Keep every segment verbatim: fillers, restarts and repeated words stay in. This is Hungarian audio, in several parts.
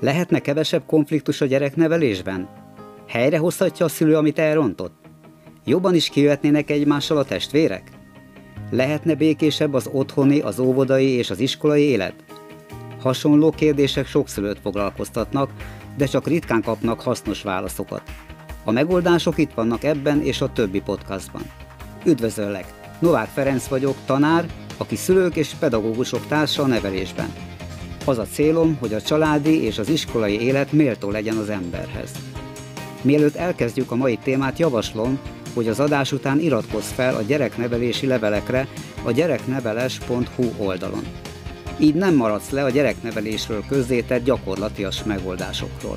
Lehetne kevesebb konfliktus a gyereknevelésben? Helyrehozhatja a szülő, amit elrontott? Jobban is kijöhetnének egymással a testvérek? Lehetne békésebb az otthoni, az óvodai és az iskolai élet? Hasonló kérdések sok szülőt foglalkoztatnak, de csak ritkán kapnak hasznos válaszokat. A megoldások itt vannak ebben és a többi podcastban. Üdvözöllek! Novák Ferenc vagyok, tanár, aki szülők és pedagógusok társa a nevelésben. Az a célom, hogy a családi és az iskolai élet méltó legyen az emberhez. Mielőtt elkezdjük a mai témát, javaslom, hogy az adás után iratkozz fel a gyereknevelési levelekre a gyerekneveles pont hu oldalon. Így nem maradsz le a gyereknevelésről közzétett gyakorlatias megoldásokról.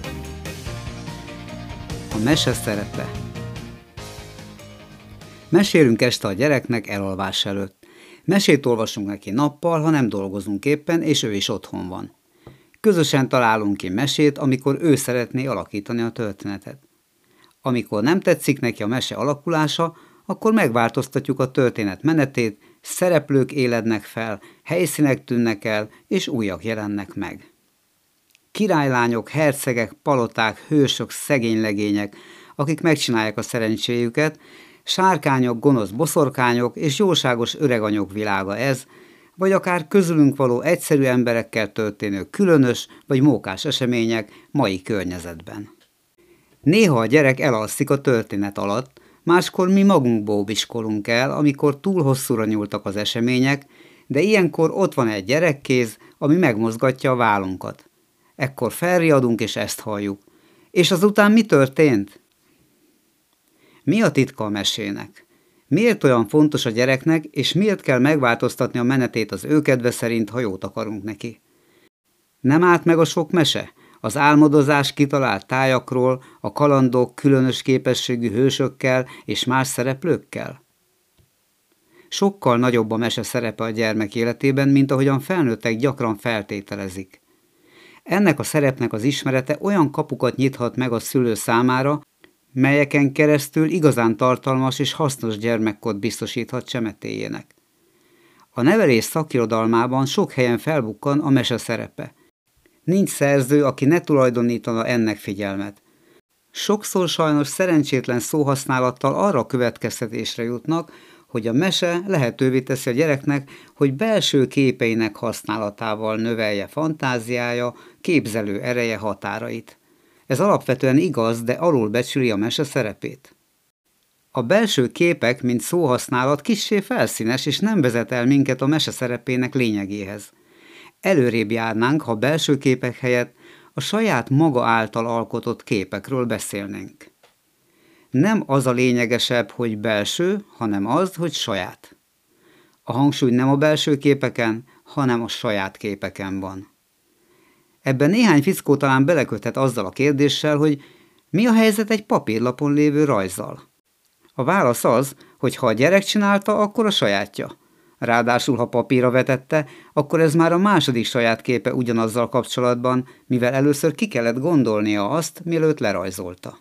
A mese szerepe. Mesélünk este a gyereknek elalvás előtt. Mesét olvasunk neki nappal, ha nem dolgozunk éppen, és ő is otthon van. Közösen találunk ki mesét, amikor ő szeretné alakítani a történetet. Amikor nem tetszik neki a mese alakulása, akkor megváltoztatjuk a történet menetét, szereplők élednek fel, helyszínek tűnnek el, és újak jelennek meg. Királylányok, hercegek, paloták, hősök, szegény legények, akik megcsinálják a szerencséjüket, sárkányok, gonosz boszorkányok és jóságos öreganyok világa ez, vagy akár közülünk való egyszerű emberekkel történő különös vagy mókás események mai környezetben. Néha a gyerek elalszik a történet alatt, máskor mi magunk bóbiskolunk el, amikor túl hosszúra nyúltak az események, de ilyenkor ott van egy gyerekkéz, ami megmozgatja a vállunkat. Ekkor felriadunk és ezt halljuk. És azután mi történt? Mi a titka a mesének? Miért olyan fontos a gyereknek, és miért kell megváltoztatni a menetét az ő kedve szerint, ha jót akarunk neki? Nem állt meg a sok mese? Az álmodozás kitalált tájakról, a kalandok különös képességű hősökkel és más szereplőkkel? Sokkal nagyobb a mese szerepe a gyermek életében, mint ahogyan felnőttek gyakran feltételezik. Ennek a szerepnek az ismerete olyan kapukat nyithat meg a szülő számára, melyeken keresztül igazán tartalmas és hasznos gyermekkort biztosíthat csemetéjének. A nevelés szakirodalmában sok helyen felbukkan a mese szerepe. Nincs szerző, aki ne tulajdonítana ennek figyelmet. Sokszor sajnos szerencsétlen szóhasználattal arra következtetésre jutnak, hogy a mese lehetővé teszi a gyereknek, hogy belső képeinek használatával növelje fantáziája, képzelő ereje határait. Ez alapvetően igaz, de alulbecsüli a mese szerepét. A belső képek, mint szóhasználat kissé felszínes, és nem vezet el minket a mese szerepének lényegéhez. Előrébb járnánk, ha belső képek helyett a saját maga által alkotott képekről beszélnénk. Nem az a lényegesebb, hogy belső, hanem az, hogy saját. A hangsúly nem a belső képeken, hanem a saját képeken van. Ebben néhány fickó talán beleköthet azzal a kérdéssel, hogy mi a helyzet egy papírlapon lévő rajzzal. A válasz az, hogy ha a gyerek csinálta, akkor a sajátja. Ráadásul, ha papírra vetette, akkor ez már a második saját képe ugyanazzal kapcsolatban, mivel először ki kellett gondolnia azt, mielőtt lerajzolta.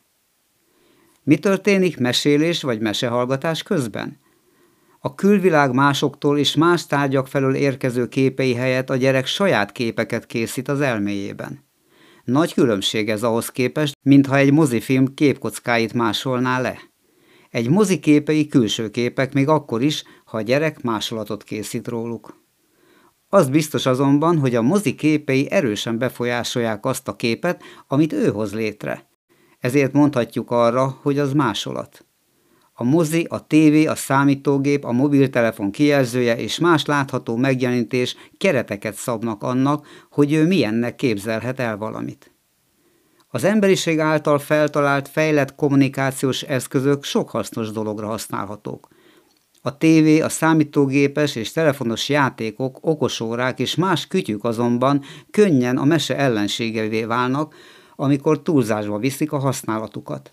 Mi történik mesélés vagy mesehallgatás közben? A külvilág másoktól és más tárgyak felől érkező képei helyett a gyerek saját képeket készít az elméjében. Nagy különbség ez ahhoz képest, mintha egy mozifilm képkockáit másolná le. Egy mozi képei külső képek még akkor is, ha a gyerek másolatot készít róluk. Az biztos azonban, hogy a mozi képei erősen befolyásolják azt a képet, amit ő hoz létre. Ezért mondhatjuk arra, hogy az másolat. A mozi, a tévé, a számítógép, a mobiltelefon kijelzője és más látható megjelenítés kereteket szabnak annak, hogy ő milyennek képzelhet el valamit. Az emberiség által feltalált fejlett kommunikációs eszközök sok hasznos dologra használhatók. A tévé, a számítógépes és telefonos játékok, okosórák és más kütyük azonban könnyen a mese ellenségevé válnak, amikor túlzásba viszik a használatukat.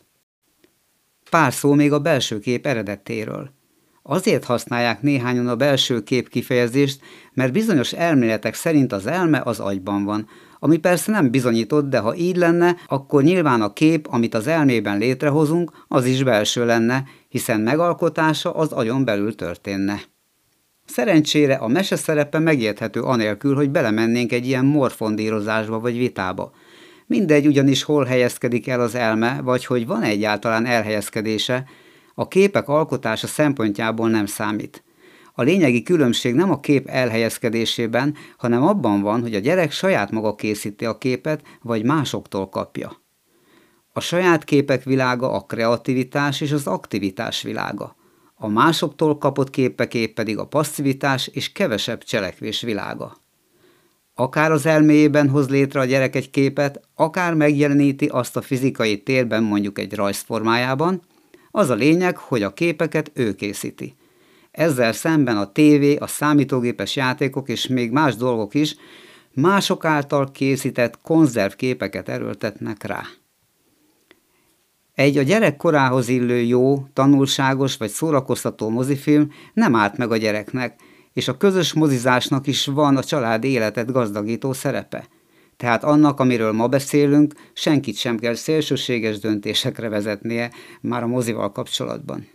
Pár szó még a belső kép eredetéről. Azért használják néhányan a belső kép kifejezést, mert bizonyos elméletek szerint az elme az agyban van, ami persze nem bizonyított, de ha így lenne, akkor nyilván a kép, amit az elmében létrehozunk, az is belső lenne, hiszen megalkotása az agyon belül történne. Szerencsére a mese szerepe megérthető anélkül, hogy belemennénk egy ilyen morfondírozásba vagy vitába. Mindegy ugyanis hol helyezkedik el az elme, vagy hogy van egyáltalán elhelyezkedése, a képek alkotása szempontjából nem számít. A lényegi különbség nem a kép elhelyezkedésében, hanem abban van, hogy a gyerek saját maga készíti a képet, vagy másoktól kapja. A saját képek világa a kreativitás és az aktivitás világa. A másoktól kapott képeké pedig a passzivitás és kevesebb cselekvés világa. Akár az elméjében hoz létre a gyerek egy képet, akár megjeleníti azt a fizikai térben mondjuk egy rajz formájában, az a lényeg, hogy a képeket ő készíti. Ezzel szemben a tévé, a számítógépes játékok és még más dolgok is mások által készített konzervképeket erőltetnek rá. Egy a gyerek korához illő jó, tanulságos vagy szórakoztató mozifilm nem árt meg a gyereknek, és a közös mozizásnak is van a családi életet gazdagító szerepe. Tehát annak, amiről ma beszélünk, senkit sem kell szélsőséges döntésekre vezetnie már a mozival kapcsolatban.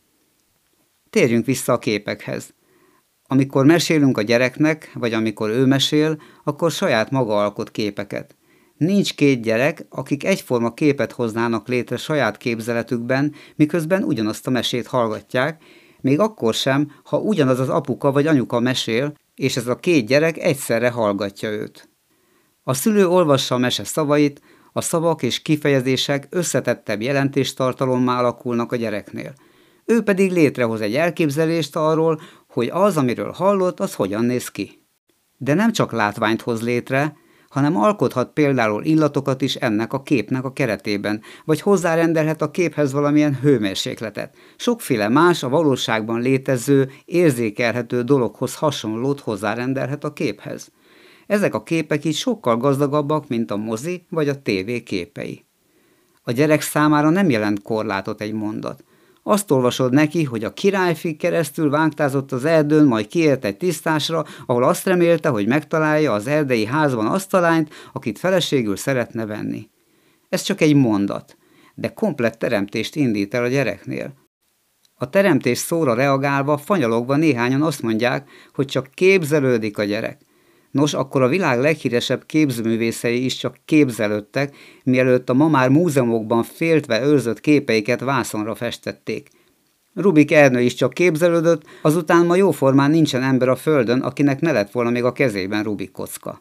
Térjünk vissza a képekhez. Amikor mesélünk a gyereknek, vagy amikor ő mesél, akkor saját maga alkot képeket. Nincs két gyerek, akik egyforma képet hoznának létre saját képzeletükben, miközben ugyanazt a mesét hallgatják, még akkor sem, ha ugyanaz az apuka vagy anyuka mesél, és ez a két gyerek egyszerre hallgatja őt. A szülő olvassa a mese szavait, a szavak és kifejezések összetettebb jelentéstartalommá alakulnak a gyereknél. Ő pedig létrehoz egy elképzelést arról, hogy az, amiről hallott, az hogyan néz ki. De nem csak látványt hoz létre, hanem alkothat például illatokat is ennek a képnek a keretében, vagy hozzárendelhet a képhez valamilyen hőmérsékletet. Sokféle más a valóságban létező, érzékelhető dologhoz hasonlót hozzárendelhet a képhez. Ezek a képek így sokkal gazdagabbak, mint a mozi vagy a tévé képei. A gyerek számára nem jelent korlátot egy mondat. Azt olvasod neki, hogy a királyfi keresztül vágtázott az erdőn, majd kiért egy tisztásra, ahol azt remélte, hogy megtalálja az erdei házban azt a lányt, akit feleségül szeretne venni. Ez csak egy mondat, de komplett teremtést indít el a gyereknél. A teremtés szóra reagálva, fanyalogva néhányan azt mondják, hogy csak képzelődik a gyerek. Nos, akkor a világ leghíresebb képzőművészei is csak képzelődtek, mielőtt a ma már múzeumokban féltve őrzött képeiket vászonra festették. Rubik Ernő is csak képzelődött, azután ma jóformán nincsen ember a földön, akinek ne lett volna még a kezében Rubik kocka.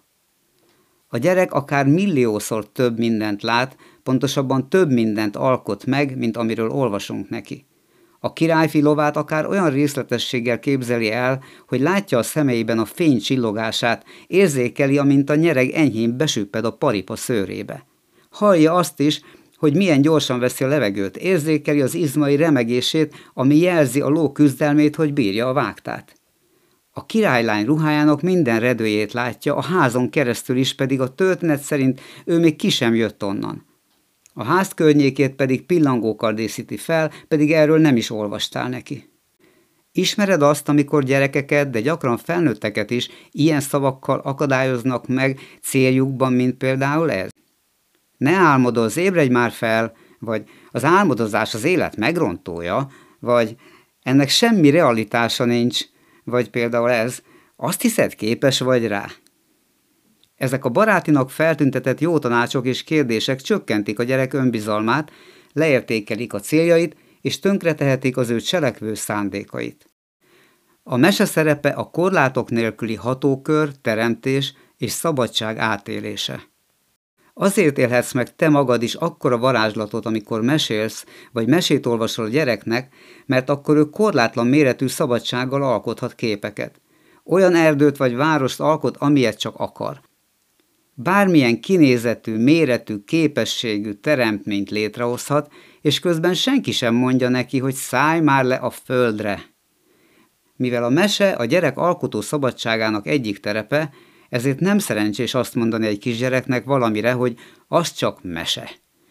A gyerek akár milliószor több mindent lát, pontosabban több mindent alkot meg, mint amiről olvasunk neki. A királyfi lovát akár olyan részletességgel képzeli el, hogy látja a szemeiben a fény csillogását, érzékeli, amint a nyereg enyhén besüpped a paripa szőrébe. Hallja azt is, hogy milyen gyorsan veszi a levegőt, érzékeli az izmai remegését, ami jelzi a ló küzdelmét, hogy bírja a vágtát. A királylány ruhájának minden redőjét látja, a házon keresztül is, pedig a történet szerint ő még ki sem jött onnan. A ház környékét pedig pillangókkal díszíti fel, pedig erről nem is olvastál neki. Ismered azt, amikor gyerekeket, de gyakran felnőtteket is ilyen szavakkal akadályoznak meg céljukban, mint például ez? Ne álmodozz, ébredj már fel, vagy az álmodozás az élet megrontója, vagy ennek semmi realitása nincs, vagy például ez, azt hiszed, képes vagy rá? Ezek a barátinak feltüntetett jó tanácsok és kérdések csökkentik a gyerek önbizalmát, leértékelik a céljait, és tönkretehetik az ő cselekvő szándékait. A mese szerepe a korlátok nélküli hatókör, teremtés és szabadság átélése. Azért élhetsz meg te magad is akkora varázslatot, amikor mesélsz, vagy mesét olvasol a gyereknek, mert akkor ő korlátlan méretű szabadsággal alkothat képeket. Olyan erdőt vagy várost alkot, amilyet csak akar. Bármilyen kinézetű, méretű, képességű teremtményt létrehozhat, és közben senki sem mondja neki, hogy szállj már le a földre. Mivel a mese a gyerek alkotó szabadságának egyik terepe, ezért nem szerencsés azt mondani egy kisgyereknek valamire, hogy az csak mese.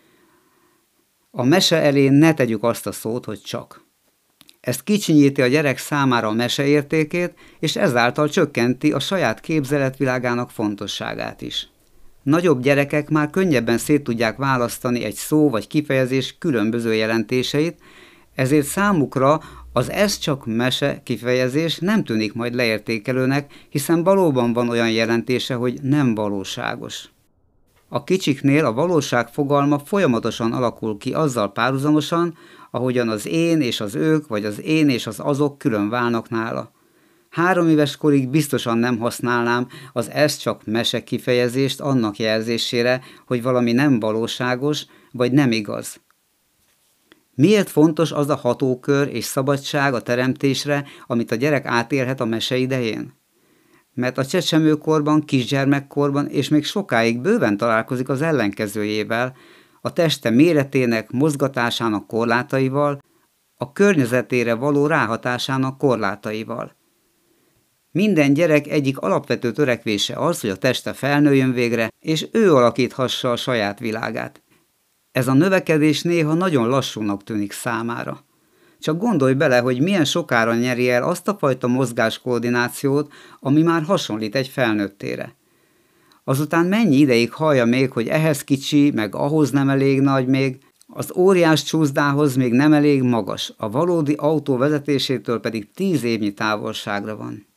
A mese elé ne tegyük azt a szót, hogy csak. Ezt kicsinyíti a gyerek számára a mese értékét, és ezáltal csökkenti a saját képzeletvilágának fontosságát is. Nagyobb gyerekek már könnyebben szét tudják választani egy szó vagy kifejezés különböző jelentéseit, ezért számukra az ez csak mese kifejezés nem tűnik majd leértékelőnek, hiszen valóban van olyan jelentése, hogy nem valóságos. A kicsiknél a valóság fogalma folyamatosan alakul ki azzal párhuzamosan, ahogyan az én és az ők, vagy az én és az azok külön válnak nála. Három éves korig biztosan nem használnám az ez csak mese kifejezést annak jelzésére, hogy valami nem valóságos, vagy nem igaz. Miért fontos az a hatókör és szabadság a teremtésre, amit a gyerek átélhet a mese idején? Mert a csecsemőkorban, kisgyermekkorban és még sokáig bőven találkozik az ellenkezőjével, a teste méretének, mozgatásának korlátaival, a környezetére való ráhatásának korlátaival. Minden gyerek egyik alapvető törekvése az, hogy a teste felnőjön végre, és ő alakíthassa a saját világát. Ez a növekedés néha nagyon lassúnak tűnik számára. Csak gondolj bele, hogy milyen sokára nyeri el azt a fajta mozgáskoordinációt, ami már hasonlít egy felnőttére. Azután mennyi ideig hallja még, hogy ehhez kicsi, meg ahhoz nem elég nagy még, az óriás csúszdához még nem elég magas, a valódi autó vezetésétől pedig tíz évnyi távolságra van.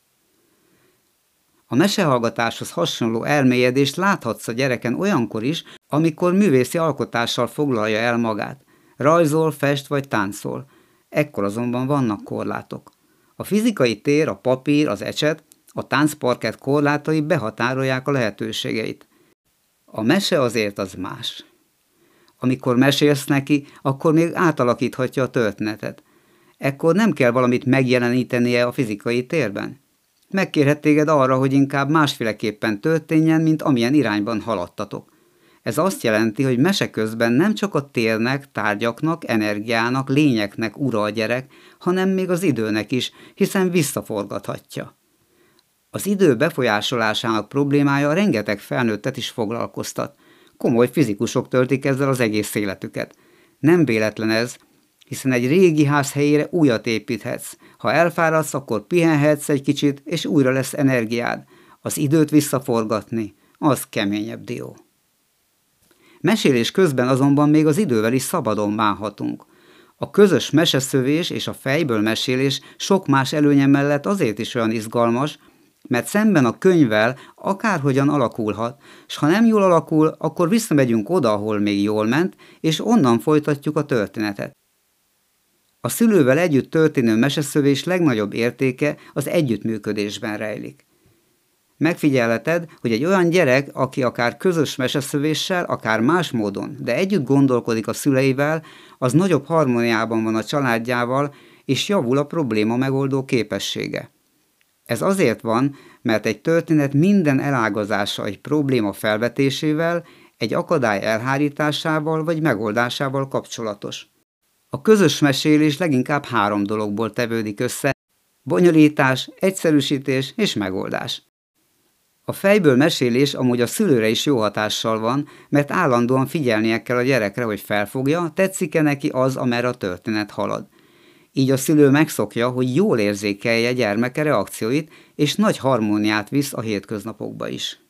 A mesehallgatáshoz hasonló elmélyedést láthatsz a gyereken olyankor is, amikor művészi alkotással foglalja el magát. Rajzol, fest vagy táncol. Ekkor azonban vannak korlátok. A fizikai tér, a papír, az ecset, a táncparkett korlátai behatárolják a lehetőségeit. A mese azért az más. Amikor mesélsz neki, akkor még átalakíthatja a történetet. Ekkor nem kell valamit megjelenítenie a fizikai térben. Megkérhet téged arra, hogy inkább másféleképpen történjen, mint amilyen irányban haladtatok. Ez azt jelenti, hogy mese közben nem csak a térnek, tárgyaknak, energiának, lényeknek ura a gyerek, hanem még az időnek is, hiszen visszaforgathatja. Az idő befolyásolásának problémája rengeteg felnőttet is foglalkoztat. Komoly fizikusok töltik ezzel az egész életüket. Nem véletlen ez, hiszen egy régi ház helyére újat építhetsz. Ha elfáradsz, akkor pihenhetsz egy kicsit, és újra lesz energiád. Az időt visszaforgatni, az keményebb dió. Mesélés közben azonban még az idővel is szabadon bánhatunk. A közös meseszövés és a fejből mesélés sok más előnye mellett azért is olyan izgalmas, mert szemben a könyvvel akárhogyan alakulhat, s ha nem jól alakul, akkor visszamegyünk oda, ahol még jól ment, és onnan folytatjuk a történetet. A szülővel együtt történő meseszövés legnagyobb értéke az együttműködésben rejlik. Megfigyelheted, hogy egy olyan gyerek, aki akár közös meseszövéssel, akár más módon, de együtt gondolkodik a szüleivel, az nagyobb harmóniában van a családjával, és javul a probléma megoldó képessége. Ez azért van, mert egy történet minden elágazása egy probléma felvetésével, egy akadály elhárításával vagy megoldásával kapcsolatos. A közös mesélés leginkább három dologból tevődik össze: bonyolítás, egyszerűsítés és megoldás. A fejből mesélés amúgy a szülőre is jó hatással van, mert állandóan figyelnie kell a gyerekre, hogy felfogja, tetszik-e neki az, amerre a történet halad. Így a szülő megszokja, hogy jól érzékelje gyermeke reakcióit, és nagy harmóniát visz a hétköznapokba is.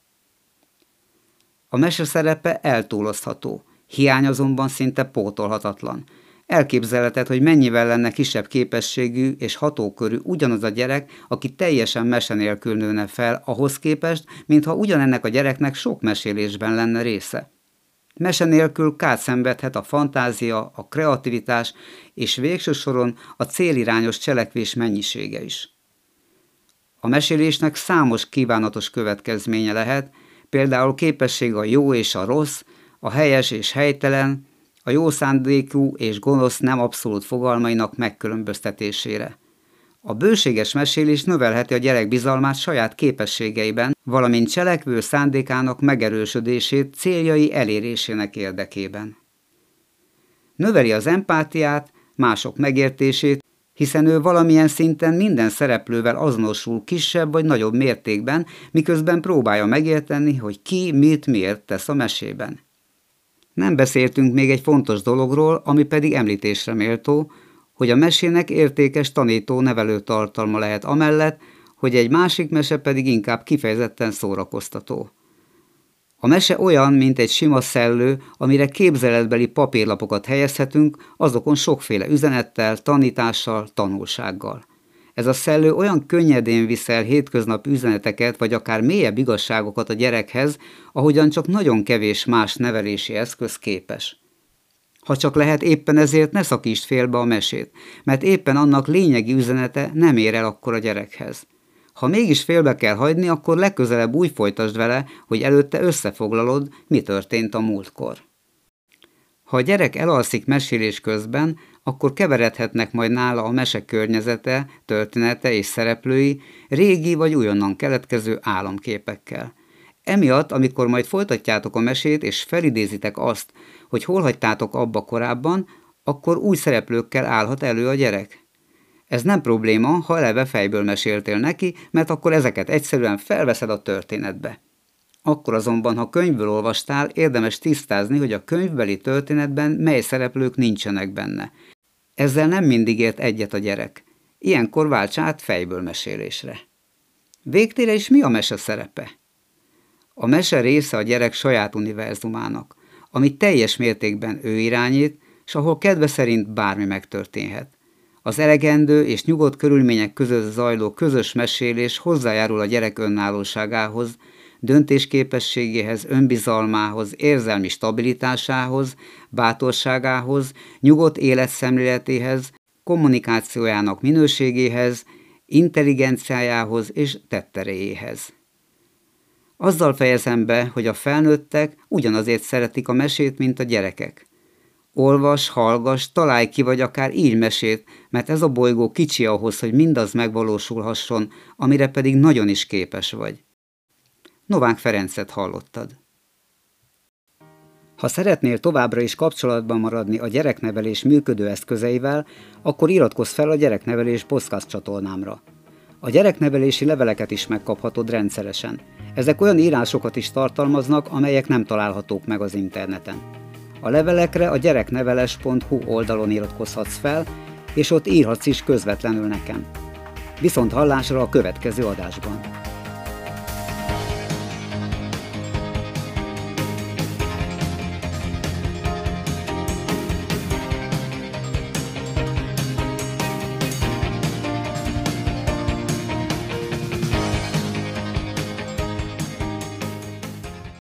A mese szerepe eltúlozható, hiány azonban szinte pótolhatatlan. Elképzelheted, hogy mennyivel lenne kisebb képességű és hatókörű ugyanaz a gyerek, aki teljesen mese nélkül nőne fel ahhoz képest, mintha ugyanennek a gyereknek sok mesélésben lenne része. Mese nélkül kárt szenvedhet a fantázia, a kreativitás és végső soron a célirányos cselekvés mennyisége is. A mesélésnek számos kívánatos következménye lehet, például képesség a jó és a rossz, a helyes és helytelen, a jó szándékú és gonosz nem abszolút fogalmainak megkülönböztetésére. A bőséges mesélés növelheti a gyerek bizalmát saját képességeiben, valamint cselekvő szándékának megerősödését céljai elérésének érdekében. Növeli az empátiát, mások megértését, hiszen ő valamilyen szinten minden szereplővel azonosul kisebb vagy nagyobb mértékben, miközben próbálja megérteni, hogy ki mit miért tesz a mesében. Nem beszéltünk még egy fontos dologról, ami pedig említésre méltó, hogy a mesének értékes tanító-nevelő tartalma lehet amellett, hogy egy másik mese pedig inkább kifejezetten szórakoztató. A mese olyan, mint egy sima szellő, amire képzeletbeli papírlapokat helyezhetünk, azokon sokféle üzenettel, tanítással, tanulsággal. Ez a szellő olyan könnyedén viszel hétköznapi üzeneteket, vagy akár mélyebb igazságokat a gyerekhez, ahogyan csak nagyon kevés más nevelési eszköz képes. Ha csak lehet, éppen ezért ne szakítsd félbe a mesét, mert éppen annak lényegi üzenete nem ér el akkor a gyerekhez. Ha mégis félbe kell hagyni, akkor legközelebb úgy folytasd vele, hogy előtte összefoglalod, mi történt a múltkor. Ha a gyerek elalszik mesélés közben, akkor keveredhetnek majd nála a mese környezete, története és szereplői régi vagy újonnan keletkező álomképekkel. Emiatt, amikor majd folytatjátok a mesét és felidézitek azt, hogy hol hagytátok abba korábban, akkor új szereplőkkel állhat elő a gyerek. Ez nem probléma, ha eleve fejből meséltél neki, mert akkor ezeket egyszerűen felveszed a történetbe. Akkor azonban, ha könyvből olvastál, érdemes tisztázni, hogy a könyvbeli történetben mely szereplők nincsenek benne. Ezzel nem mindig ért egyet a gyerek. Ilyenkor válts át fejből mesélésre. Végtére is mi a mese szerepe? A mese része a gyerek saját univerzumának, amit teljes mértékben ő irányít, s ahol kedve szerint bármi megtörténhet. Az elegendő és nyugodt körülmények között zajló közös mesélés hozzájárul a gyerek önállóságához, döntésképességéhez, önbizalmához, érzelmi stabilitásához, bátorságához, nyugodt életszemléletéhez, kommunikációjának minőségéhez, intelligenciájához és tetteréjéhez. Azzal fejezem be, hogy a felnőttek ugyanazért szeretik a mesét, mint a gyerekek. Olvas, hallgass, találj ki, vagy akár írj mesét, mert ez a bolygó kicsi ahhoz, hogy mindaz megvalósulhasson, amire pedig nagyon is képes vagy. Novák Ferencet hallottad. Ha szeretnél továbbra is kapcsolatban maradni a gyereknevelés működő eszközeivel, akkor iratkozz fel a Gyereknevelés podcast csatornámra. A gyereknevelési leveleket is megkaphatod rendszeresen. Ezek olyan írásokat is tartalmaznak, amelyek nem találhatók meg az interneten. A levelekre a gyerekneveles pont hu oldalon iratkozhatsz fel, és ott írhatsz is közvetlenül nekem. Viszont hallásra a következő adásban.